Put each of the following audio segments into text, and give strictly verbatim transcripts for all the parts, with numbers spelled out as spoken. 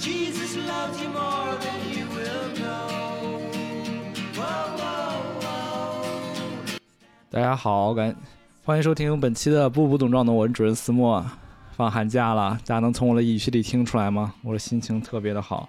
Jesus loves you more than you will know. Whoa, whoa, whoa. 大家好，感欢迎收听本期的步步懂装懂，我是主任思墨。放寒假了，大家能从我的语气里听出来吗？我的心情特别的好。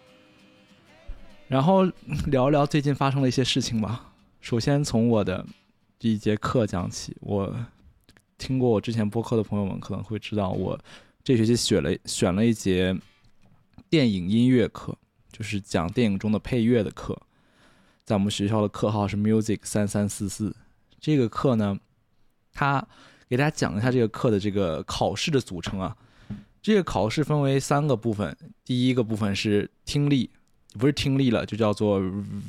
然后聊一聊最近发生的一些事情吧。首先从我的第一节课讲起，我听过我之前播客的朋友们可能会知道，我这学期选了选了一节电影音乐课，就是讲电影中的配乐的课。在我们学校的课号是 Music 三三四四。这个课呢，它给大家讲一下这个课的这个考试的组成啊。这个考试分为三个部分，第一个部分是听力，不是听力了，就叫做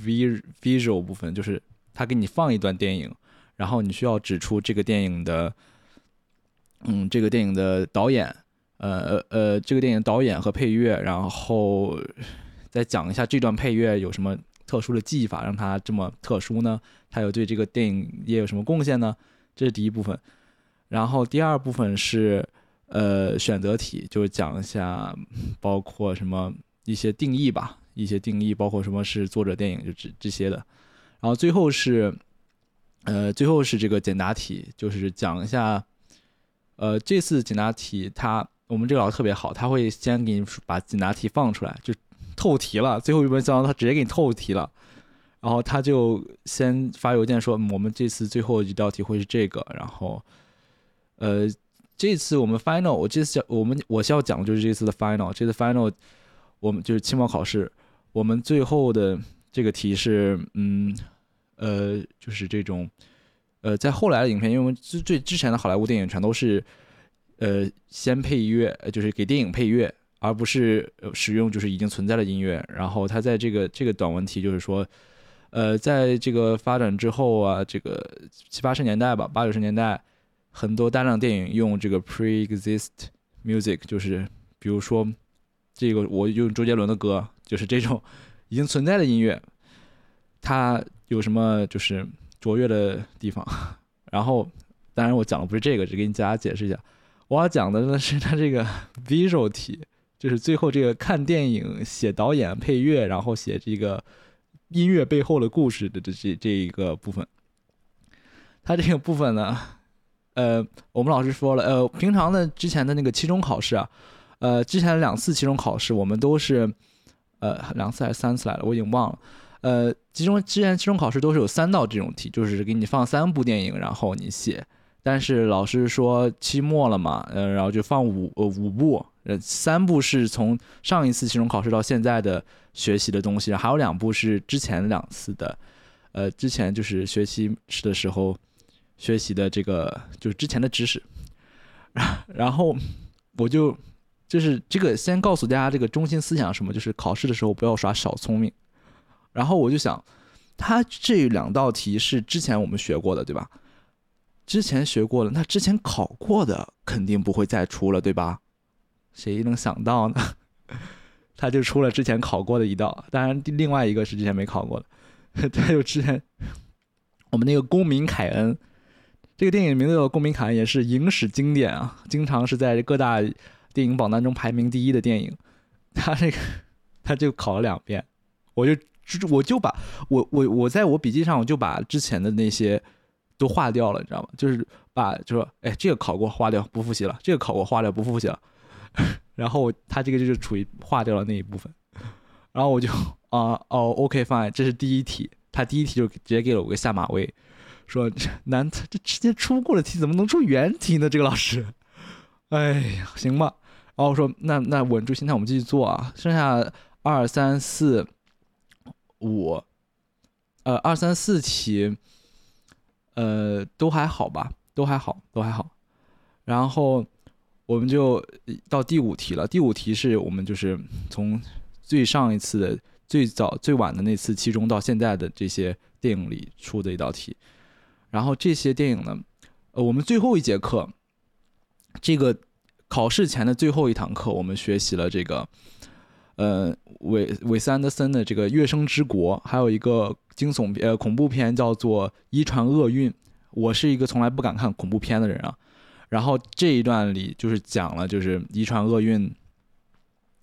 visual 部分，就是他给你放一段电影，然后你需要指出这个电影的，嗯，这个电影的导演，呃呃，这个电影导演和配乐，然后再讲一下这段配乐有什么特殊的技法，让它这么特殊呢？它有对这个电影业有什么贡献呢？这是第一部分。然后第二部分是呃选择题，就是讲一下包括什么一些定义吧，一些定义，包括什么是作者电影，就这这些的。然后最后是呃最后是这个简答题，就是讲一下呃这次简答题他我们这个老师特别好，他会先给你把简答题放出来，就透题了，最后一本讲他直接给你透题了。然后他就先发邮件说，我们这次最后一道题会是这个，然后呃，这次我们 final， 我这次我们我需要讲的就是这次的 final， 这次 final 我们就是期末考试，我们最后的这个题是，嗯，呃，就是这种，呃，在后来的影片，因为我们最之前的好莱坞电影全都是，呃，先配乐，就是给电影配乐，而不是使用就是已经存在的音乐。然后他在这个这个短文题就是说，呃，在这个发展之后啊，这个七八十年代吧，八九十年代。很多大量电影用这个 pre-exist music， 就是比如说这个我用周杰伦的歌，就是这种已经存在的音乐，它有什么就是卓越的地方？然后当然我讲的不是这个，只给你大家解释一下。我要讲的呢是它这个 visual 题，就是最后这个看电影、写导演、配乐，然后写这个音乐背后的故事的这这这一个部分。它这个部分呢。呃，我们老师说了，呃，平常的之前的那个期中考试啊，呃，之前两次期中考试我们都是，呃，两次还是三次来了，我已经忘了。呃，其中之前期中考试都是有三道这种题，就是给你放三部电影，然后你写。但是老师说期末了嘛，呃，然后就放五呃五部，呃，三部是从上一次期中考试到现在的学习的东西，还有两部是之前两次的，呃，之前就是学习的时候。学习的这个就是之前的知识，然后我就就是这个先告诉大家这个中心思想什么，就是考试的时候不要耍小聪明。然后我就想，他这两道题是之前我们学过的，对吧？之前学过的，那之前考过的肯定不会再出了，对吧？谁能想到呢？他就出了之前考过的一道，当然另外一个是之前没考过的，他就之前我们那个公民凯恩。这个电影名字叫《公民凯恩》，也是影史经典啊，经常是在各大电影榜单中排名第一的电影。他这个他就考了两遍，我就我就把我我我在我笔记上我就把之前的那些都划掉了，你知道吗？就是把就说，哎，这个考过划掉不复习了，这个考过划掉不复习了。然后他这个就是处于划掉了那一部分。然后我就啊、呃、哦 OK fine， 这是第一题，他第一题就直接给了我个下马威。说难，这之前出过的题怎么能出原题呢？这个老师，哎呀，行吧。然后我说那那稳住心态，我们继续做啊。剩下二三四五，呃，二三四题，呃，都还好吧，都还好，都还好。然后我们就到第五题了。第五题是我们就是从最上一次的最早最晚的那次期中到现在的这些电影里出的一道题。然后这些电影呢，呃，我们最后一节课，这个考试前的最后一堂课，我们学习了这个，呃，韦韦斯安德森的这个《乐声之国》，还有一个惊悚呃恐怖片叫做《遗传厄运》。我是一个从来不敢看恐怖片的人啊，然后这一段里就是讲了就是《遗传厄运》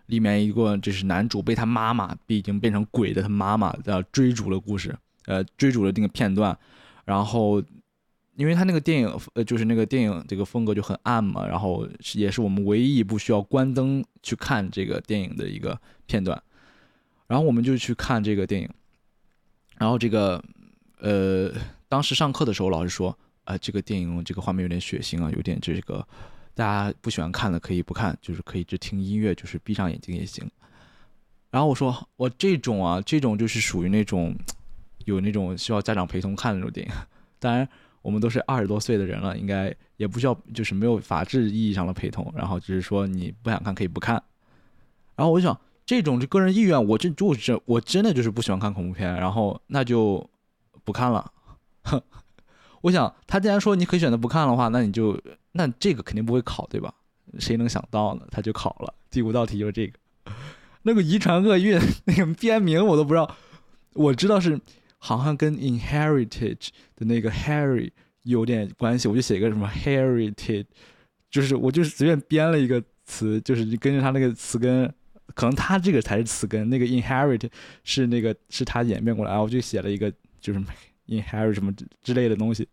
里面一个就是男主被他妈妈已经变成鬼的他妈妈的追逐的故事，呃，追逐的那个片段。然后，因为他那个电影，呃，就是那个电影这个风格就很暗嘛，然后也是我们唯一一部需要关灯去看这个电影的一个片段。然后我们就去看这个电影，然后这个，呃，当时上课的时候，老师说，啊、呃，这个电影这个画面有点血腥啊，有点这个。大家不喜欢看的可以不看，就是可以只听音乐，就是闭上眼睛也行。然后我说我这种啊，这种就是属于那种有那种需要家长陪同看的那种电影。当然我们都是二十多岁的人了，应该也不需要，就是没有法治意义上的陪同。然后只是说你不想看可以不看。然后我就想这种个人意愿，我这就是我真的就是不喜欢看恐怖片，然后那就不看了。我想他既然说你可以选择不看的话，那你就。那这个肯定不会考，对吧？谁能想到呢？他就考了，第五道题就是这个。那个遗传厄运那个编名我都不知道，我知道是好像跟 inheritage 的那个 Harry 有点关系，我就写一个什么 heritage， 就是我就是随便编了一个词，就是根据他那个词根，可能他这个才是词根，那个 inherit 是那个是他演变过来，我就写了一个就是 inherit 什么之类的东西。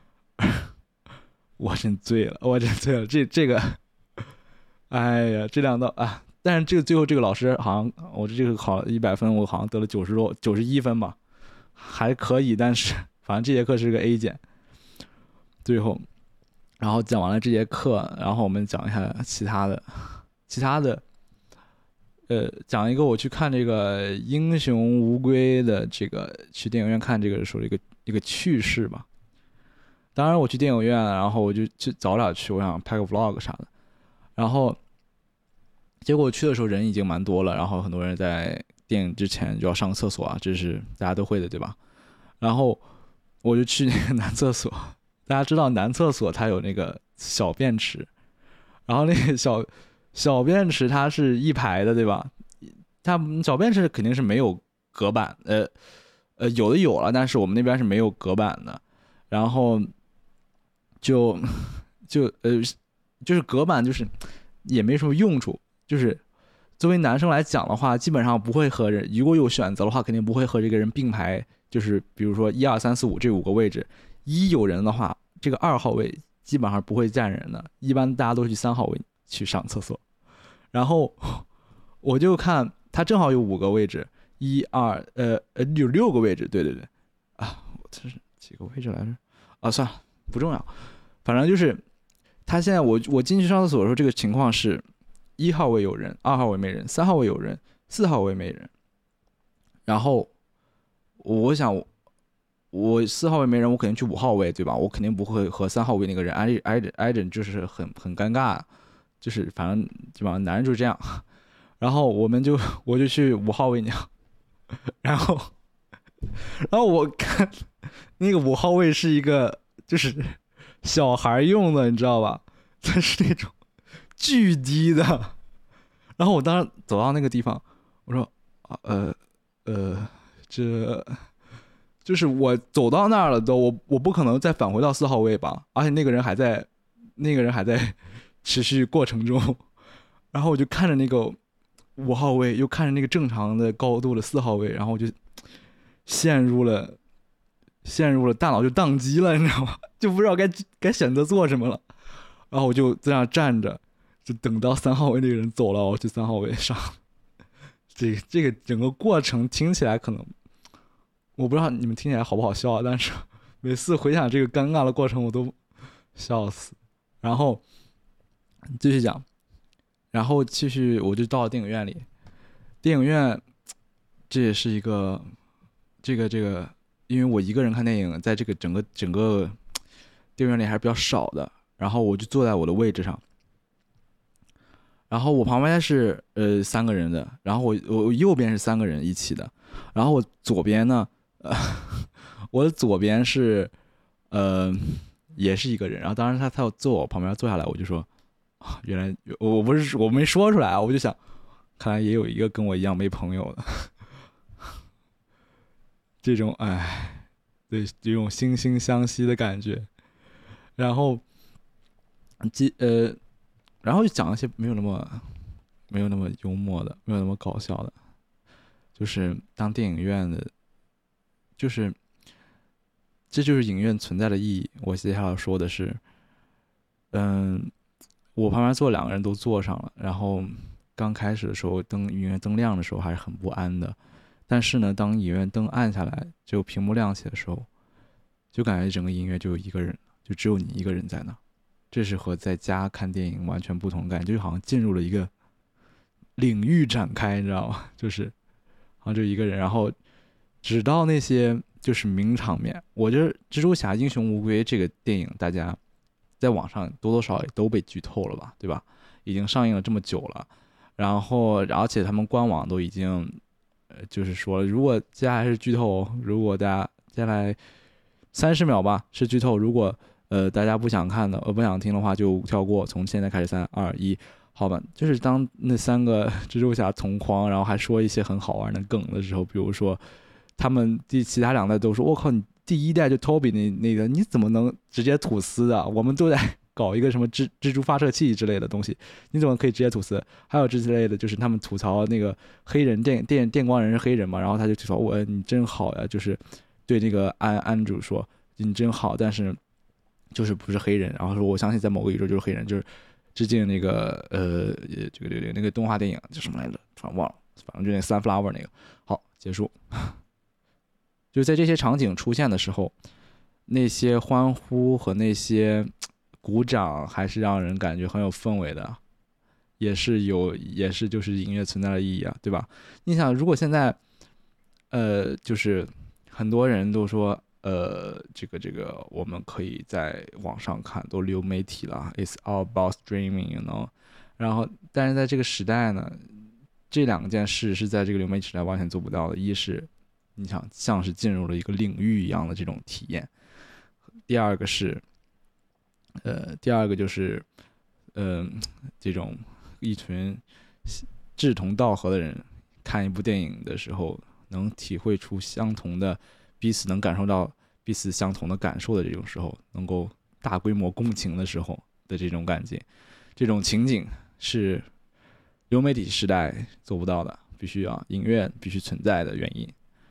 我真醉了，我真醉了，这这个，哎呀，这两道啊，但是这个最后这个老师好像，我这个考了一百分，我好像得了九十多，九十一分吧，还可以，但是反正这节课是个 A 减。最后，然后讲完了这节课，然后我们讲一下其他的，其他的，呃，讲一个我去看这个《英雄无归》的这个去电影院看这个的时候一个一个趣事吧。当然我去电影院，然后我就去早点去，我想拍个 vlog 啥的。然后结果去的时候人已经蛮多了，然后很多人在电影之前就要上个厕所啊，这是大家都会的，对吧？然后我就去那个男厕所，大家知道男厕所它有那个小便池，然后那个小小便池它是一排的，对吧？它小便池肯定是没有隔板，呃呃有的有了，但是我们那边是没有隔板的，然后。就就呃就是隔板就是也没什么用处，就是作为男生来讲的话，基本上不会和人，如果有选择的话，肯定不会和这个人并排，就是比如说一二三四五这五个位置，一有人的话，这个二号位基本上不会站人的，一般大家都去三号位去上厕所。然后我就看他正好有五个位置，一二呃呃有六个位置，对对对，啊，我这是几个位置来着？啊，算了，不重要。反正就是他现在我我进去上厕所的时候，这个情况是一号位有人，二号位没人，三号位有人，四号位没人。然后我想我四号位没人，我肯定去五号位，对吧？我肯定不会和三号位那个人挨挨着挨着，就是很很尴尬，就是反正基本上男人就是这样。然后我们就我就去五号位尿，然后然后我看那个五号位是一个就是小孩用的，你知道吧？它是那种巨低的。然后我当时走到那个地方，我说啊呃呃，这就是我走到那儿了都，我我不可能再返回到四号位吧？而且那个人还在，那个人还在持续过程中。然后我就看着那个五号位，又看着那个正常的高度的四号位，然后我就陷入了。陷入了大脑就宕机了，你知道吗？就不知道该该选择做什么了。然后我就在那站着，就等到三号位那个人走了，我去三号位上。这个这个整个过程听起来可能，我不知道你们听起来好不好笑，但是每次回想这个尴尬的过程，我都笑死。然后继续讲，然后继续我就到了电影院里。电影院这也是一个这个这个。因为我一个人看电影，在这个整个整个电影院里还是比较少的，然后我就坐在我的位置上，然后我旁边是呃三个人的，然后我我右边是三个人一起的，然后我左边呢，呃，我的左边是呃也是一个人，然后当时他他要坐我旁边坐下来，我就说，啊，原来我不是我没说出来，我就想，看来也有一个跟我一样没朋友的。这种哎，对，这种惺惺相惜的感觉，然后，呃，然后就讲一些没有那么没有那么幽默的，没有那么搞笑的。就是当电影院的，就是这就是影院存在的意义。我接下来说的是，嗯，我旁边坐两个人都坐上了，然后刚开始的时候灯影院灯亮的时候还是很不安的，但是呢，当影院灯暗下来，就屏幕亮起的时候，就感觉整个影院就有一个人，就只有你一个人在那。这是和在家看电影完全不同的感觉，就好像进入了一个领域展开，你知道吗？就是好像就一个人，然后直到那些就是名场面，我觉得《蜘蛛侠：英雄无归》这个电影，大家在网上多多少少也都被剧透了吧，对吧？已经上映了这么久了，然后而且他们官网都已经呃就是说了，如果接下来是剧透，如果大家接下来三十秒吧是剧透，如果呃大家不想看的呃不想听的话就跳过，从现在开始三二一。好吧，就是当那三个蜘蛛侠同框，然后还说一些很好玩的梗的时候，比如说他们第其他两代都说，我靠，你第一代就 Toby 那那个，你怎么能直接吐丝啊？我们都在搞一个什么蜘蜘蛛发射器之类的东西，你怎么可以直接吐丝？还有之类的，就是他们吐槽那个黑人电电电光人是黑人嘛，然后他就吐槽我你真好呀，就是对那个安安主说你真好，但是就是不是黑人，然后说我相信在某个宇宙就是黑人，就是致敬那个呃这个这个那个动画电影叫什么来着，突然忘了，反正就那 Sunflower 那个。好，结束。就在这些场景出现的时候，那些欢呼和那些鼓掌还是让人感觉很有氛围的，也是有也是就是音乐存在的意义啊，对吧？你想，如果现在呃就是很多人都说呃，这个这个我们可以在网上看，都流媒体了 ，It's all about streaming，you know。然后，但是在这个时代呢，这两件事是在这个流媒体时代完全做不到的。一是，你想像是进入了一个领域一样的这种体验；第二个是，呃，第二个就是，嗯、呃，这种一群志同道合的人看一部电影的时候，能体会出相同的。彼此能感受到彼此相同的感受的这种时候，能够大规模共情的时候的这种感觉，这种情景是流媒体时代做不到的，必须要影院必须存在的原因。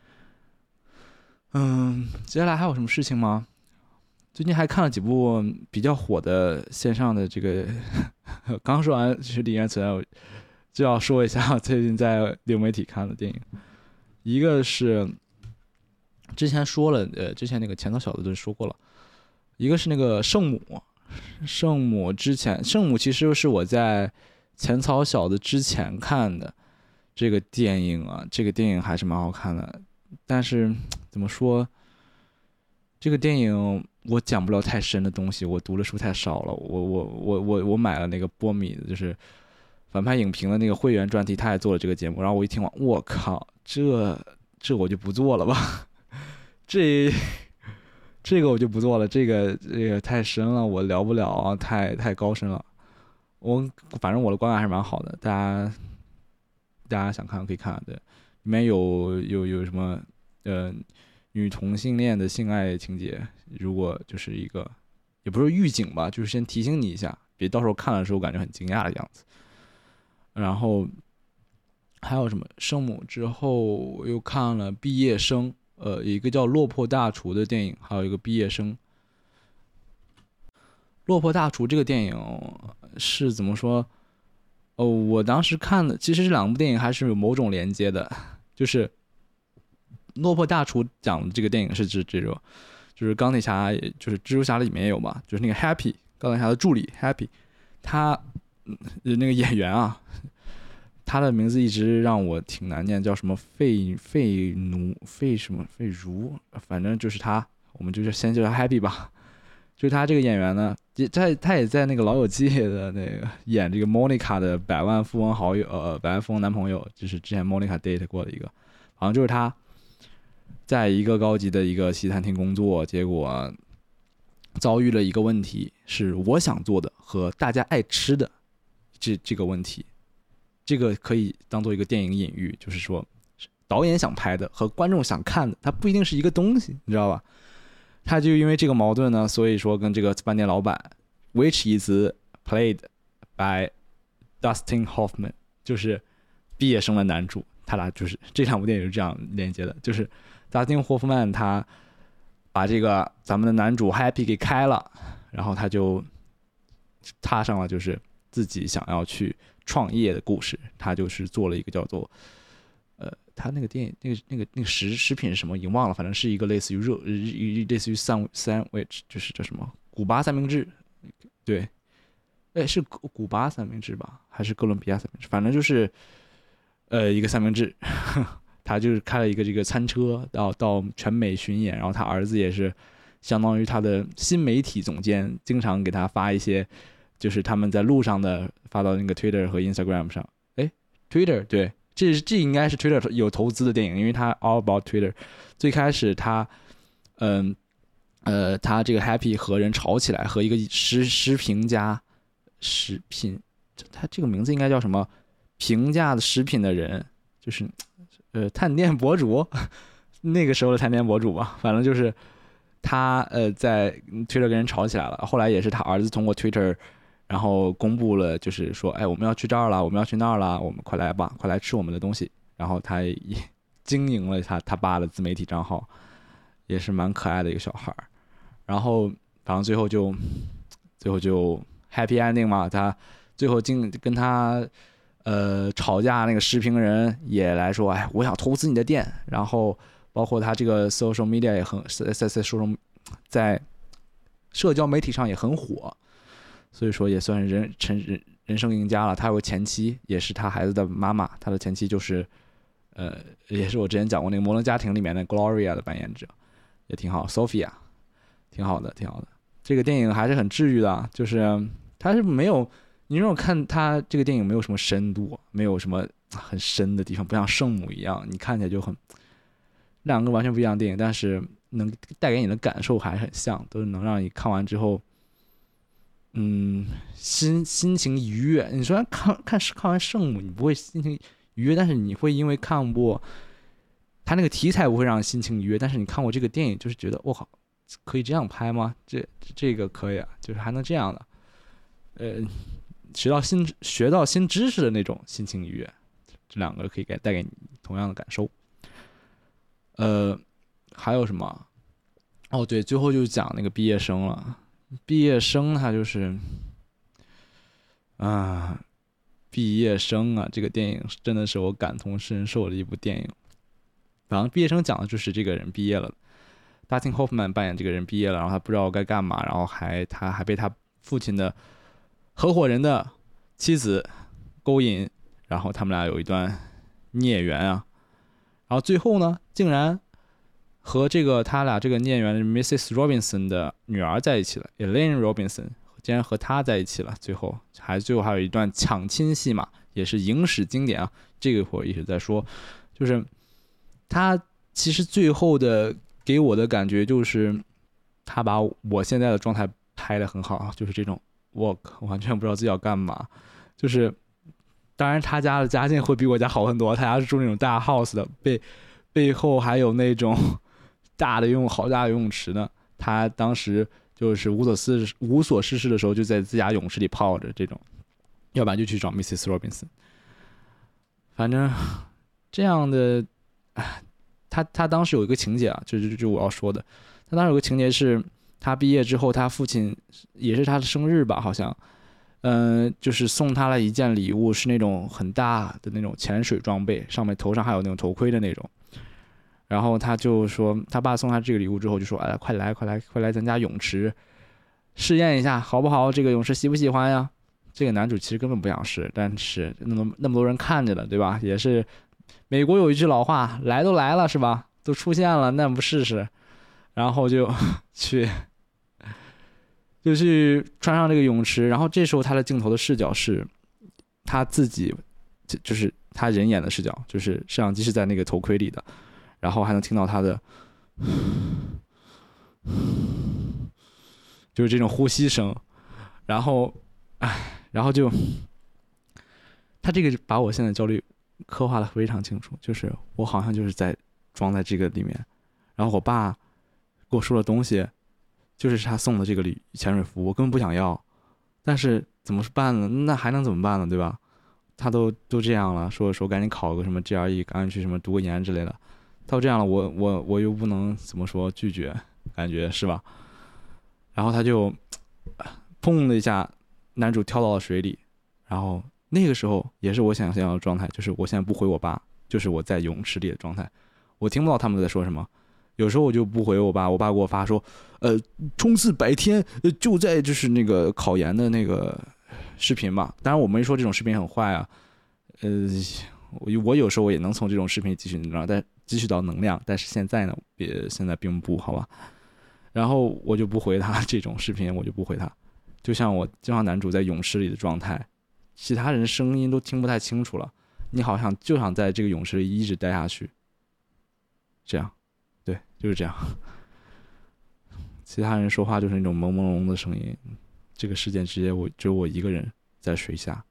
嗯，接下来还有什么事情吗？最近还看了几部比较火的线上的这个，刚说完是影院存在，就要说一下最近在流媒体看的电影，一个是。之前说了，呃，之前那个前头小子都说过了，一个是那个圣母，圣母之前，圣母其实是我在前草小子之前看的这个电影啊，这个电影还是蛮好看的，但是怎么说，这个电影我讲不了太深的东西，我读的书太少了，我我我我我买了那个波米的，就是反派影评的那个会员专题，他也做了这个节目，然后我一听完，我靠，这这我就不做了吧。这这个我就不做了，这个这个太深了，我聊不了啊，太太高深了。我反正我的观感还是蛮好的，大家大家想看可以看，对，里面有有有什么呃女同性恋的性爱情节，如果就是一个也不是预警吧，就是先提醒你一下，别到时候看的时候感觉很惊讶的样子。然后还有什么圣母之后又看了毕业生。呃，一个叫《落魄大厨》的电影，还有一个毕业生。《落魄大厨》这个电影是怎么说？哦，我当时看的，其实这两部电影还是有某种连接的。就是《落魄大厨》讲的这个电影是指这种，就是钢铁侠，就是蜘蛛侠里面也有嘛，就是那个 Happy 钢铁侠的助理 Happy， 他那个演员啊。他的名字一直让我挺难念，叫什么费费奴费什么费如，反正就是他，我们就是先叫他 Happy 吧。就是他这个演员呢，他他也在那个《老友记》的那个演这个 Monica 的百万富翁好友，呃，百万富翁男朋友，就是之前 Monica date 过的一个，好像就是他，在一个高级的一个西餐厅工作，结果遭遇了一个问题，是我想做的和大家爱吃的这这个问题。这个可以当做一个电影隐喻，就是说导演想拍的和观众想看的它不一定是一个东西，你知道吧？他就因为这个矛盾呢，所以说跟这个饭店老板 which is played by Dustin Hoffman， 就是毕业生的男主，他俩就是这两部电影是这样连接的，就是达斯汀霍夫曼他把这个咱们的男主 Happy 给开了，然后他就踏上了就是自己想要去创业的故事。他就是做了一个叫做呃，他那个电影那个那个那个食食品是什么已经忘了，反正是一个类似于热类似于三 sandwich 就是叫什么古巴三明治，对，哎是古巴三明治吧，还是哥伦比亚三明治？反正就是呃一个三明治。他就是开了一个这个餐车，到到全美巡演，然后他儿子也是相当于他的新媒体总监，经常给他发一些就是他们在路上的发到那个 Twitter 和 Instagram 上。哎 ，Twitter 对，这这应该是 Twitter 有投资的电影，因为他 all about Twitter。最开始他嗯 呃, 呃他这个 Happy 和人吵起来，和一个食食评家食品，他这个名字应该叫什么？评价的食品的人，就是。呃，探店博主，那个时候的探店博主吧，反正就是他呃在 Twitter 跟人吵起来了，后来也是他儿子通过 Twitter， 然后公布了，就是说，哎，我们要去这儿了，我们要去那儿了，我们快来吧，快来吃我们的东西。然后他也经营了他他爸的自媒体账号，也是蛮可爱的一个小孩。然后反正最后就最后就 happy ending 嘛，他最后经跟他。呃，吵架那个视频人也来说，哎，我想投资你的店，然后包括他这个 social media 也很在在在说在社交媒体上也很火，所以说也算是人成人人生赢家了。他有个前妻，也是他孩子的妈妈，他的前妻就是呃，也是我之前讲过那个《摩登家庭》里面的 Gloria 的扮演者，也挺好 ，Sophia， 挺好的，挺好的。这个电影还是很治愈的，就是他是没有。你让我看他这个电影没有什么深度，没有什么很深的地方，不像圣母一样，你看起来就很两个完全不一样的电影，但是能带给你的感受还很像，都是能让你看完之后，嗯，心心情愉悦。你说看看看完圣母，你不会心情愉悦，但是你会因为看过他那个题材不会让你心情愉悦，但是你看过这个电影，就是觉得我靠，可以这样拍吗？这这个可以啊，就是还能这样的，呃。学到新学到新知识的那种心情愉悦，这两个可以给带给你同样的感受。呃，还有什么？哦，对，最后就讲那个毕业生了。毕业生他就是啊，毕业生啊，这个电影真的是我感同身受的一部电影。反正毕业生讲的就是这个人毕业了 ，Dustin Hoffman 扮演这个人毕业了，然后他不知道该干嘛，然后还他还被他父亲的合伙人的妻子勾引，然后他们俩有一段孽缘啊，然后最后呢，竟然和这个他俩这个孽缘 Missus Robinson 的女儿在一起了 ，Elaine Robinson 竟然和他在一起了，最后还最后还有一段抢亲戏嘛，也是影史经典啊。这个我一直在说，就是他其实最后的给我的感觉就是他把我现在的状态拍得很好，就是这种。work 完全不知道自己要干嘛，就是当然他家的家境会比我家好很多，他家是住那种大 house 的，背背后还有那种大的游泳好大的游泳池呢。他当时就是无所事无所事事的时候，就在自家泳池里泡着这种，要不然就去找 Missus Robinson。反正这样的，他他当时有一个情节啊，就就就我要说的，他当时有个情节是。他毕业之后，他父亲也是他的生日吧，好像，嗯、呃，就是送他了一件礼物，是那种很大的那种潜水装备，上面头上还有那种头盔的那种。然后他就说，他爸送他这个礼物之后，就说：“哎，快来，快来，快来咱家泳池试验一下，好不好？这个泳池喜不喜欢呀？”这个男主其实根本不想试，但是那么那么多人看着了，对吧？也是美国有一句老话，来都来了，是吧？都出现了，那不试试？然后就去。就去穿上这个泳池，然后这时候他的镜头的视角是他自己，就是他人眼的视角，就是摄像机是在那个头盔里的，然后还能听到他的，就是这种呼吸声，然后，哎，然后就，他这个把我现在焦虑刻画的非常清楚，就是我好像就是在装在这个里面，然后我爸给我说的东西。就是他送的这个潜水服，我根本不想要，但是怎么办呢？那还能怎么办呢？对吧？ 他都都这样了，说说赶紧考个什么 G R E， 赶紧去什么读个研之类的，他都这样了，我我我又不能怎么说拒绝，感觉是吧？然后他就砰的一下，男主跳到了水里，然后那个时候也是我想象的状态，就是我现在不回我爸，就是我在泳池里的状态，我听不到他们在说什么。有时候我就不回我爸，我爸给我发说，呃，冲刺百天，呃，就在就是那个考研的那个视频嘛。当然我没说这种视频很坏啊，呃，我我有时候也能从这种视频汲取能量，但汲取到能量，但是现在呢，别现在并不好吧。然后我就不回他这种视频，我就不回他。就像我就像男主在泳池里的状态，其他人声音都听不太清楚了，你好像就想在这个泳池里一直待下去，这样。对，就是这样。其他人说话就是那种朦朦胧的声音，这个世界直接我只有我一个人在水下。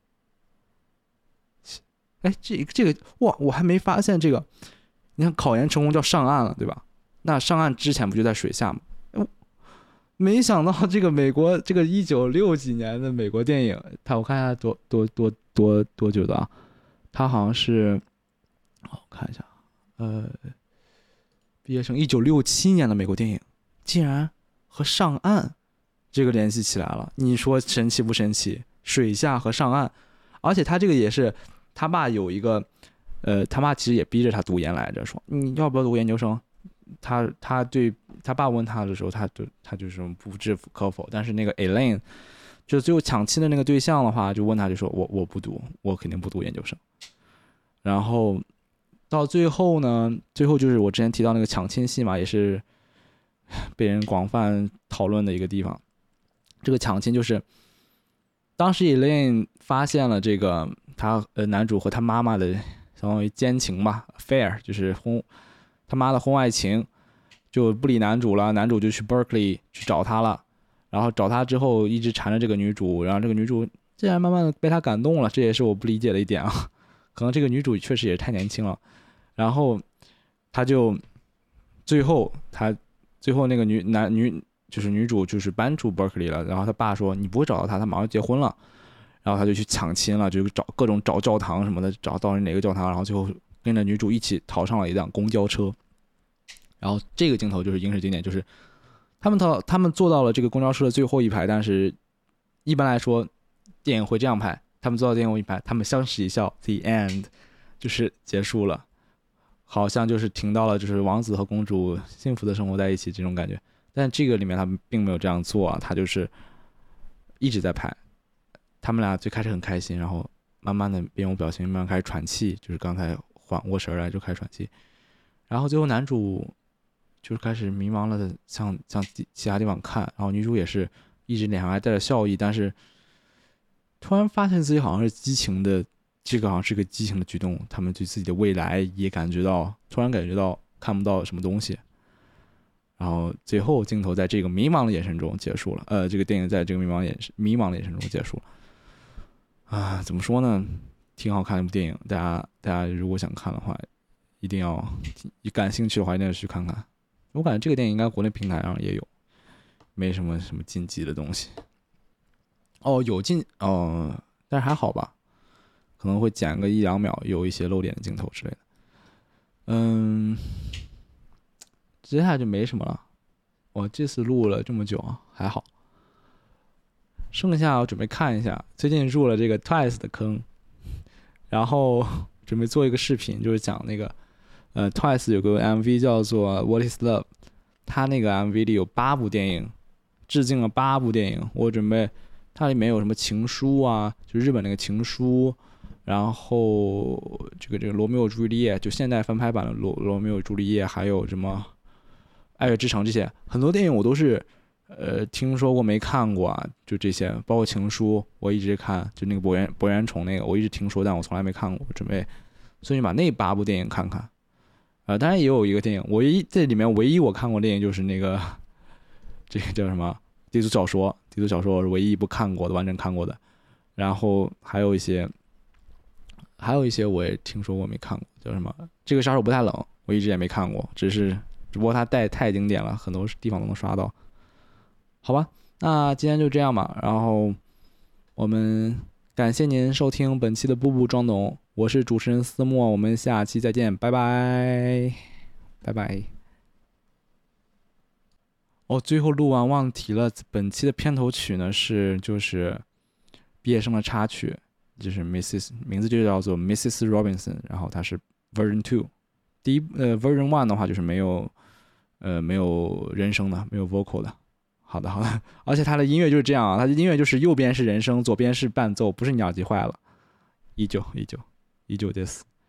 哎，这这个哇，我还没发现这个。你看考研成功叫上岸了，对吧？那上岸之前不就在水下吗？没想到这个美国这个一九六几年的美国电影，它我看一下多多多多多久的啊？它好像是，我看一下，呃。毕业生一九六七年的美国电影，竟然和上岸这个联系起来了。你说神奇不神奇？水下和上岸，而且他这个也是他爸有一个，呃，他爸其实也逼着他读研来着，说你要不要读研究生？他他对他爸问他的时候，他就他就是不置可否。但是那个 Elaine 就最后抢亲的那个对象的话，就问他就说我我不读，我肯定不读研究生。然后。到最后呢，最后就是我之前提到那个抢亲戏嘛，也是被人广泛讨论的一个地方。这个抢亲就是，当时 Elaine 发现了这个他呃男主和他妈妈的相当于奸情吧 ，affair 就是婚他妈的婚外情，就不理男主了，男主就去 Berkeley 去找他了，然后找他之后一直缠着这个女主，然后这个女主竟然慢慢的被他感动了，这也是我不理解的一点啊，可能这个女主确实也太年轻了。然后他就最后他最后那个女男女就是女主就是搬出 Berkeley 了，然后他爸说你不会找到他，他马上结婚了，然后他就去抢亲了，就找各种找教堂什么的，找到哪个教堂，然后最后跟着女主一起逃上了一辆公交车。然后这个镜头就是影视经典，就是他们逃他们坐到了这个公交车的最后一排，但是一般来说电影会这样拍，他们坐到电影一排，他们相视一笑 ，the end 就是结束了。好像就是停到了，就是王子和公主幸福的生活在一起这种感觉，但这个里面他们并没有这样做啊，他就是一直在拍，他们俩最开始很开心，然后慢慢的面无表情，慢慢开始喘气，就是刚才缓过神来就开始喘气，然后最后男主就是开始迷茫了的向向其他地方看，然后女主也是一直脸上还带着笑意，但是突然发现自己好像是激情的。这个好像是个激情的举动，他们对自己的未来也感觉到，突然感觉到看不到什么东西，然后最后镜头在这个迷茫的眼神中结束了。呃，这个电影在这个迷茫眼神迷茫的眼神中结束了。啊，怎么说呢？挺好看的一部电影，大家大家如果想看的话，一定要感兴趣的话，一定要去看看。我感觉这个电影应该国内平台上也有，没什么什么禁忌的东西。哦，有禁哦，但是还好吧。可能会剪个一两秒，有一些露脸的镜头之类的。嗯，接下来就没什么了。我这次录了这么久，还好。剩下我准备看一下，最近入了这个 Twice 的坑，然后准备做一个视频，就是讲那个呃 Twice 有个 M V 叫做 What Is Love， 它那个 M V 里有八部电影，致敬了八部电影。我准备它里面有什么情书啊，就日本那个情书。然后这个这个罗密欧朱丽叶，就现代翻拍版的罗罗密欧朱丽叶，还有什么爱乐之城，这些很多电影我都是呃听说过没看过啊，就这些，包括情书我一直看，就那个博元博元宠那个我一直听说，但我从来没看过，我准备所以把那八部电影看看。呃，当然也有一个电影，唯一这里面唯一我看过电影就是那个这个叫什么地图小说，地图小说我是唯一一部看过的，完整看过的。然后还有一些。还有一些我也听说过没看过，叫什么？这个杀手不太冷，我一直也没看过，只是只不过它带太经典了，很多地方都能刷到。好吧，那今天就这样吧。然后我们感谢您收听本期的步步装懂，我是主持人思墨，我们下期再见，拜拜，拜拜。哦，最后录完忘提了，本期的片头曲呢是就是毕业生的插曲，就是 Missus 名字就叫做 Missus Robinson， 然后它是 Version Two， 第一呃 Version One 的话就是没有呃没有人声的，没有 vocal 的。好的好的，而且它的音乐就是这样啊，它的音乐就是右边是人声，左边是伴奏，不是鸟击坏了。依旧依旧依旧です。